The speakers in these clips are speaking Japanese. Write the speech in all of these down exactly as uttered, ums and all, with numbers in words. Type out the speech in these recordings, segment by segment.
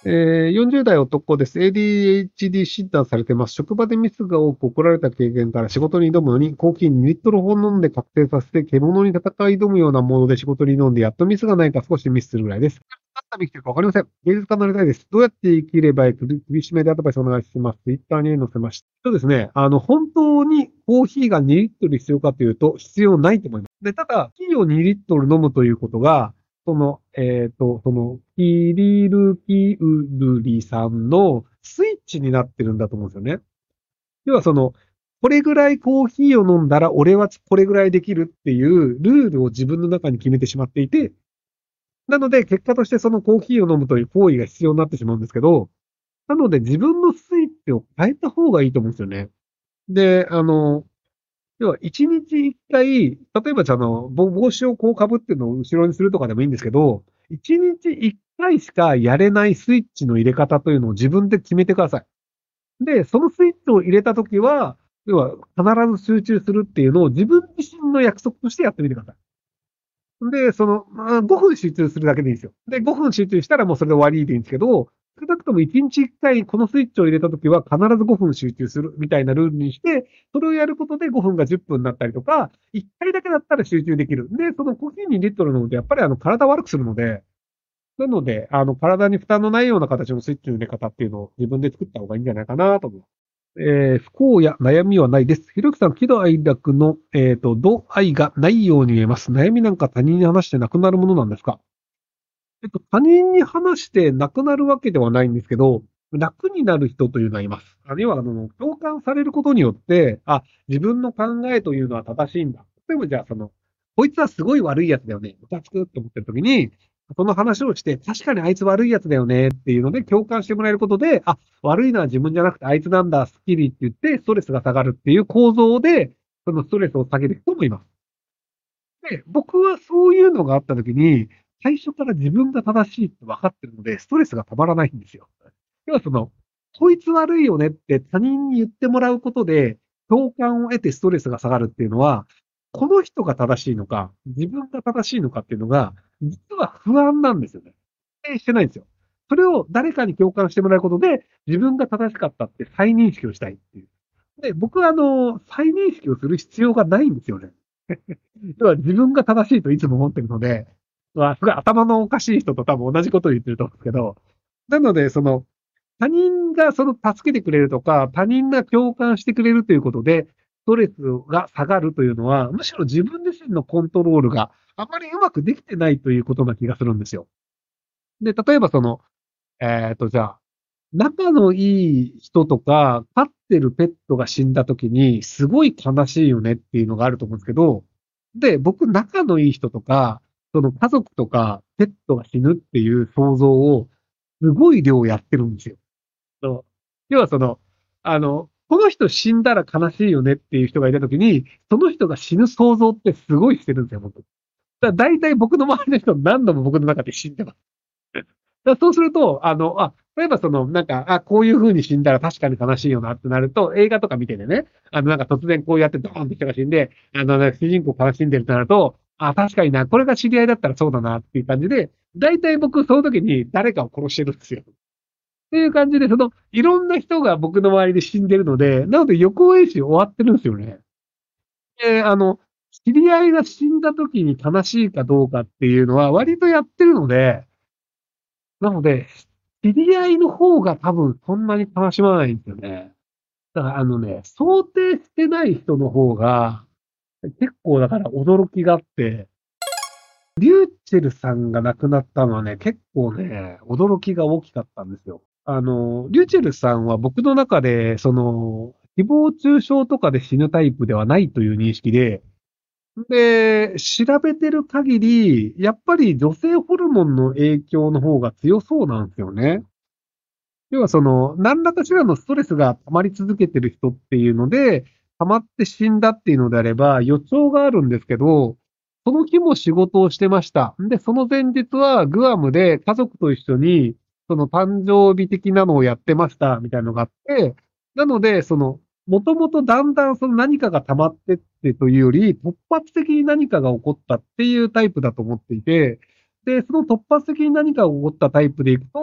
えー、よんじゅう代男です。エーディーエイチディー 診断されてます。職場でミスが多く怒られた経験から仕事に挑むのに、コーヒーにリットルほど飲んで確定させて、獣に戦い挑むようなモードで仕事に挑んで、やっとミスがないか少しミスするぐらいです。何の生きてるかわかりません。芸術家になりたいです。どうやって生きればいいか、厳しめでアドバイスお願いします。ツイッターに載せました。そうですね。あの、本当にコーヒーがにリットル必要かというと、必要ないと思います。で、ただ、コーヒーをにリットル飲むということが、その、えっと、その、キリルキウルリさんのスイッチになってるんだと思うんですよね。要はその、これぐらいコーヒーを飲んだら俺はこれぐらいできるっていうルールを自分の中に決めてしまっていて、なので結果としてそのコーヒーを飲むという行為が必要になってしまうんですけど、なので自分のスイッチを変えた方がいいと思うんですよね。で、あの、要は一日一回、例えばじゃあの、ぼ帽子をこう被ってるのを後ろにするとかでもいいんですけど、一日一回しかやれないスイッチの入れ方というのを自分で決めてください。で、そのスイッチを入れたときは、要は必ず集中するっていうのを自分自身の約束としてやってみてください。で、その、まあ、ごふん集中するだけでいいんですよ。で、ごふん集中したらもうそれで終わりでいいんですけど、少なくともいちにちいっかいこのスイッチを入れたときは必ずごふん集中するみたいなルールにして、それをやることでごふんがじゅっぷんになったりとか、いっかいだけだったら集中できる。で、そのコーヒーにリットル飲むとやっぱりあの体を悪くするので、なので、あの体に負担のないような形のスイッチの入れ方っていうのを自分で作った方がいいんじゃないかなと思います。えー不幸や悩みはないです。ひろゆきさん、喜怒哀楽の、えっと、度合いがないように見えます。悩みなんか他人に話してなくなるものなんですか？えっと、他人に話してなくなるわけではないんですけど、楽になる人というのはいます。あるいは、あの、共感されることによって、あ、自分の考えというのは正しいんだ。例えばじゃあ、その、こいつはすごい悪いやつだよね。ムカつくって思ってるときに、その話をして、確かにあいつ悪いやつだよねっていうので共感してもらえることで、あ、悪いのは自分じゃなくてあいつなんだ、スッキリって言ってストレスが下がるっていう構造で、そのストレスを下げる人もいます。で、僕はそういうのがあったときに、最初から自分が正しいって分かってるので、ストレスがたまらないんですよ。要はその、こいつ悪いよねって他人に言ってもらうことで、共感を得てストレスが下がるっていうのは、この人が正しいのか、自分が正しいのかっていうのが、実は不安なんですよね。否定してないんですよ。それを誰かに共感してもらうことで、自分が正しかったって再認識をしたいっていう。で、僕はあの、再認識をする必要がないんですよね。要は自分が正しいといつも思ってるので、まあ、すごい頭のおかしい人と多分同じことを言ってると思うんですけど、なので、その、他人がその助けてくれるとか、他人が共感してくれるということで、ストレスが下がるというのは、むしろ自分自身のコントロールがあまりうまくできてないということな気がするんですよ。で、例えばその、えっと、じゃあ、仲のいい人とか、飼ってるペットが死んだ時に、すごい悲しいよねっていうのがあると思うんですけど、で、僕、仲のいい人とか、その家族とか、ペットが死ぬっていう想像を、すごい量やってるんですよ。そう要はその、あの、この人死んだら悲しいよねっていう人がいた時に、その人が死ぬ想像ってすごいしてるんですよ、僕。だから大体僕の周りの人何度も僕の中で死んでます。だそうすると、あの、あ、例えばその、なんか、あ、こういう風に死んだら確かに悲しいよなってなると、映画とか見ててね、あの、なんか突然こうやってドーンって人が死んで、あの、主人公悲しんでるってなると、あ、確かにな、これが知り合いだったらそうだなっていう感じで、大体僕その時に誰かを殺してるんですよ。っていう感じで、その、いろんな人が僕の周りで死んでるので、なので予行演習終わってるんですよね。で、あの、知り合いが死んだ時に悲しいかどうかっていうのは割とやってるので、なので、知り合いの方が多分そんなに楽しまないんですよね。だからあのね、想定してない人の方が、結構だから驚きがあって、リューチェルさんが亡くなったのはね、結構ね、驚きが大きかったんですよ。あの、リューチェルさんは僕の中で、その、誹謗中傷とかで死ぬタイプではないという認識で、で、調べてる限り、やっぱり女性ホルモンの影響の方が強そうなんですよね。要はその、何らかしらのストレスが溜まり続けてる人っていうので、溜まって死んだっていうのであれば、予兆があるんですけど、その日も仕事をしてました。で、その前日はグアムで家族と一緒に、その誕生日的なのをやってました、みたいなのがあって、なので、その、もともとだんだんその何かが溜まってってというより、突発的に何かが起こったっていうタイプだと思っていて、で、その突発的に何かが起こったタイプでいくと、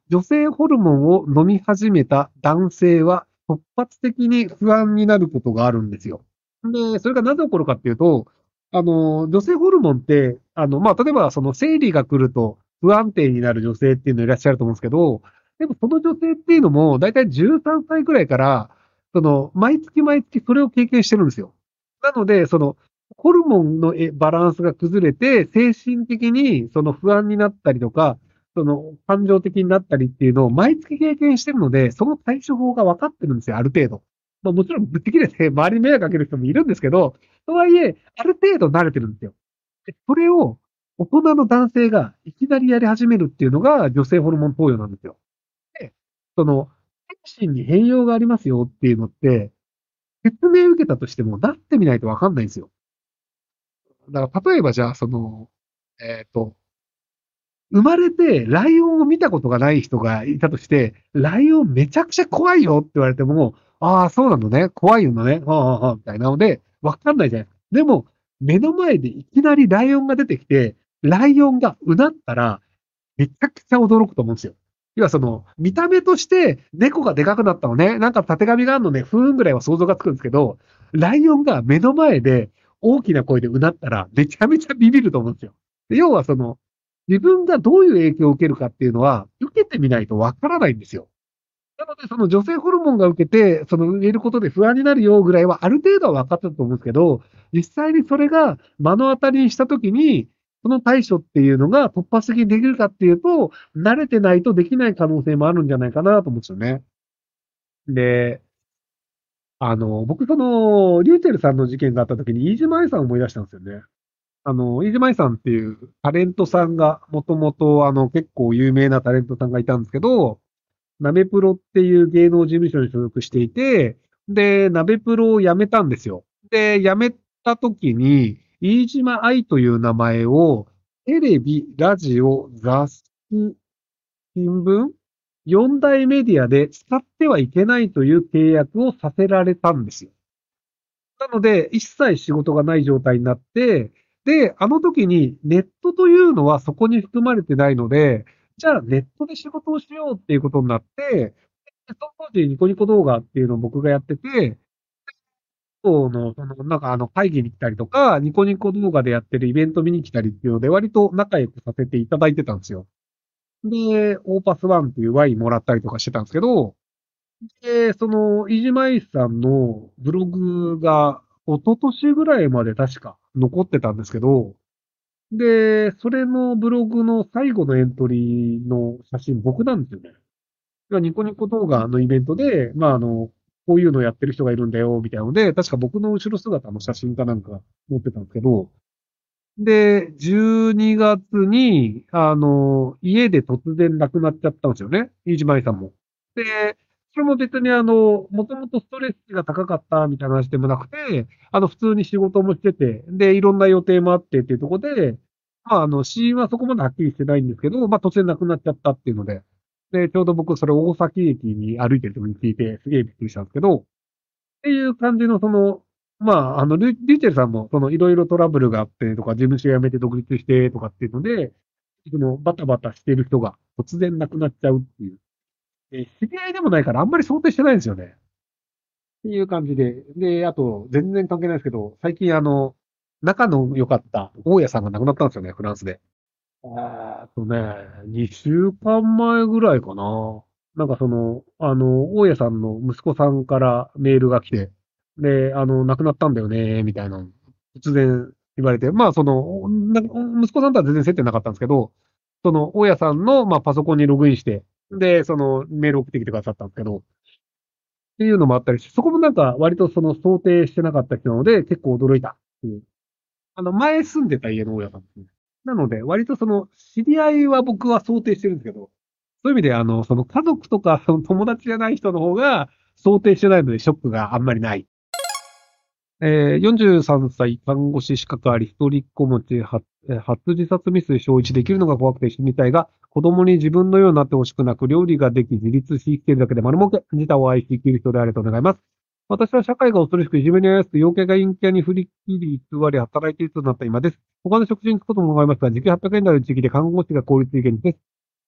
女性ホルモンを飲み始めた男性は突発的に不安になることがあるんですよ。で、それがなぜ起こるかっていうと、あの、女性ホルモンって、あの、まあ、例えばその生理が来ると不安定になる女性っていうのいらっしゃると思うんですけど、でもその女性っていうのも、だいたいじゅうさんさいくらいから、その、毎月毎月それを経験してるんですよ。なので、その、ホルモンのえバランスが崩れて、精神的にその不安になったりとか、その感情的になったりっていうのを毎月経験してるので、その対処法が分かってるんですよ、ある程度。まあもちろんぶっち切れて周りに迷惑かける人もいるんですけど、とはいえ、ある程度慣れてるんですよ。でそれを大人の男性がいきなりやり始めるっていうのが女性ホルモン投与なんですよ。で、その、精神に変容がありますよっていうのって、説明を受けたとしても、なってみないとわかんないんですよ。だから例えばじゃあ、その、えっと、生まれてライオンを見たことがない人がいたとして、ライオンめちゃくちゃ怖いよって言われても、ああ、そうなのね。怖いのね。ああ、ああ、みたいなので、わかんないじゃないですか。でも、目の前でいきなりライオンが出てきて、ライオンがうなったら、めちゃくちゃ驚くと思うんですよ。要はその、見た目として猫がでかくなったのね。なんか縦紙があるのね、ふーんぐらいは想像がつくんですけど、ライオンが目の前で大きな声でうなったら、めちゃめちゃビビると思うんですよ。で要はその、自分がどういう影響を受けるかっていうのは、受けてみないとわからないんですよ。なので、その女性ホルモンが受けて、その植えることで不安になるよぐらいは、ある程度は分かってたと思うんですけど、実際にそれが目の当たりにしたときに、その対処っていうのが突発的にできるかっていうと、慣れてないとできない可能性もあるんじゃないかなと思うんですよね。で、あの、僕その、リューチェルさんの事件があったときに、飯島愛さんを思い出したんですよね。あの、飯島愛さんっていうタレントさんが、もともとあの、結構有名なタレントさんがいたんですけど、ナベプロっていう芸能事務所に所属していて、で、ナベプロを辞めたんですよ。で、辞めた時に、飯島愛という名前を、テレビ、ラジオ、雑誌、新聞、よん大メディアで使ってはいけないという契約をさせられたんですよ。なので、一切仕事がない状態になって、で、あの時にネットというのはそこに含まれてないので、じゃあネットで仕事をしようっていうことになって、でその当時ニコニコ動画っていうのを僕がやってて、の、その、なんかあの会議に来たりとか、ニコニコ動画でやってるイベント見に来たりっていうので、割と仲良くさせていただいてたんですよ。で、オーパスワンっていうワインもらったりとかしてたんですけど、で、その、飯島愛さんのブログが、一昨年ぐらいまで確か残ってたんですけど、で、それのブログの最後のエントリーの写真、僕なんですよね。ニコニコ動画のイベントで、まあ、あの、こういうのやってる人がいるんだよ、みたいなので、確か僕の後ろ姿の写真かなんか持ってたんですけど、で、じゅうにがつに、あの、家で突然亡くなっちゃったんですよね。飯島愛さんも。で、それも別にあの、もともとストレスが高かったみたいな話でもなくて、あの、普通に仕事もしてて、で、いろんな予定もあってっていうところで、まあ、あの、死因はそこまではっきりしてないんですけど、まあ、突然亡くなっちゃったっていうので、で、ちょうど僕、それ大崎駅に歩いてる時に聞いて、すげえびっくりしたんですけど、っていう感じの、その、まあ、あの、リュリューチェルさんも、その、いろいろトラブルがあってとか、事務所辞めて独立してとかっていうので、その、バタバタしてる人が突然亡くなっちゃうっていう。え知り合いでもないからあんまり想定してないんですよね。っていう感じで。で、あと、全然関係ないですけど、最近あの、仲の良かった大家さんが亡くなったんですよね、フランスで。えーっとね、にしゅうかんまえぐらいかな。なんかその、あの、大家さんの息子さんからメールが来て、で、あの、亡くなったんだよね、みたいな、突然言われて、まあその、な息子さんとは全然接点なかったんですけど、その、大家さんの、まあパソコンにログインして、で、その、メール送ってきてくださったんですけど、っていうのもあったりして、そこもなんか割とその想定してなかった人なので、結構驚いたっていう。あの、前住んでた家の大家さんですね。なので、割とその、知り合いは僕は想定してるんですけど、そういう意味で、あの、その家族とか、その友達じゃない人の方が想定してないので、ショックがあんまりない。えー、よんじゅうさんさい、看護師資格あり、一人っ子持ち、はえー初自殺未遂小一できるのが怖くて死にたいが、子供に自分のようになってほしくなく、料理ができ、自立し生きているだけで丸儲け、自他を愛し生きる人であれと願います。私は社会が恐ろしくいじめに遭いやすく、陽気が陰キャに振り切り、偽り、働いている人となった今です。他の職種に就くことも思いますが、時給はっぴゃくえん台の地域で看護師が効率的にです。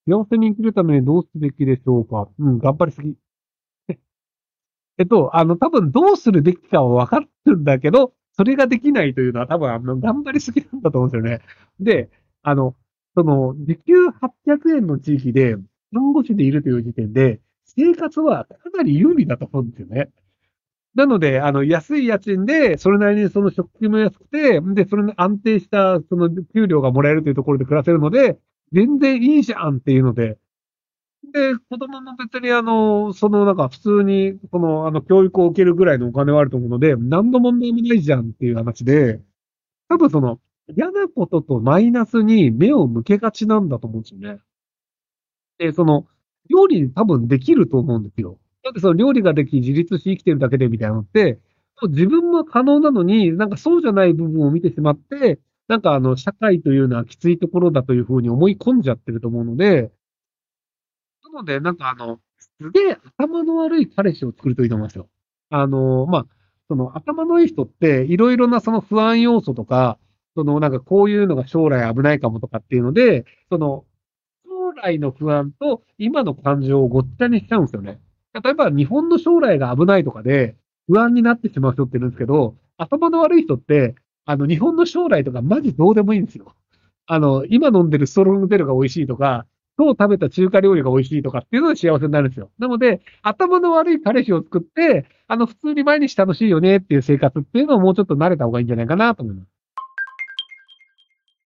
幸せに生きるためにどうすべきでしょうか。うん、頑張りすぎ。えっと、あの、多分どうするべきかは分かってるんだけど、それができないというのは多分、あの、頑張りすぎなんだと思うんですよね。で、あの、その、時給はっぴゃくえんの地域で、看護師でいるという時点で、生活はかなり有利だと思うんですよね。なので、あの、安い家賃で、それなりにその食費も安くて、で、それに安定した、その、給料がもらえるというところで暮らせるので、全然いいじゃんっていうので、で、子供も別にあの、そのなんか普通に、その、あの、教育を受けるぐらいのお金はあると思うので、何の問題もないじゃんっていう話で、多分その、嫌なこととマイナスに目を向けがちなんだと思うんですよね。で、その、料理多分できると思うんですよ。だってその料理ができ、自立して生きてるだけでみたいなのって、もう自分も可能なのに、なんかそうじゃない部分を見てしまって、なんかあの、社会というのはきついところだというふうに思い込んじゃってると思うので、なので、なんかあの、すげえ頭の悪い彼氏を作るといいと思いますよ。あの、まあ、その頭のいい人って、いろいろなその不安要素とか、そのなんかこういうのが将来危ないかもとかっていうので、その将来の不安と今の感情をごっちゃにしちゃうんですよね。例えば日本の将来が危ないとかで不安になってしまう人っているんですけど、頭の悪い人って、あの日本の将来とかマジどうでもいいんですよ。あの、今飲んでるストロングゼロが美味しいとか、今日食べた中華料理が美味しいとかっていうので幸せになるんですよ。なので、頭の悪い彼氏を作って、あの、普通に毎日楽しいよねっていう生活っていうのをもうちょっと慣れた方がいいんじゃないかなと思います。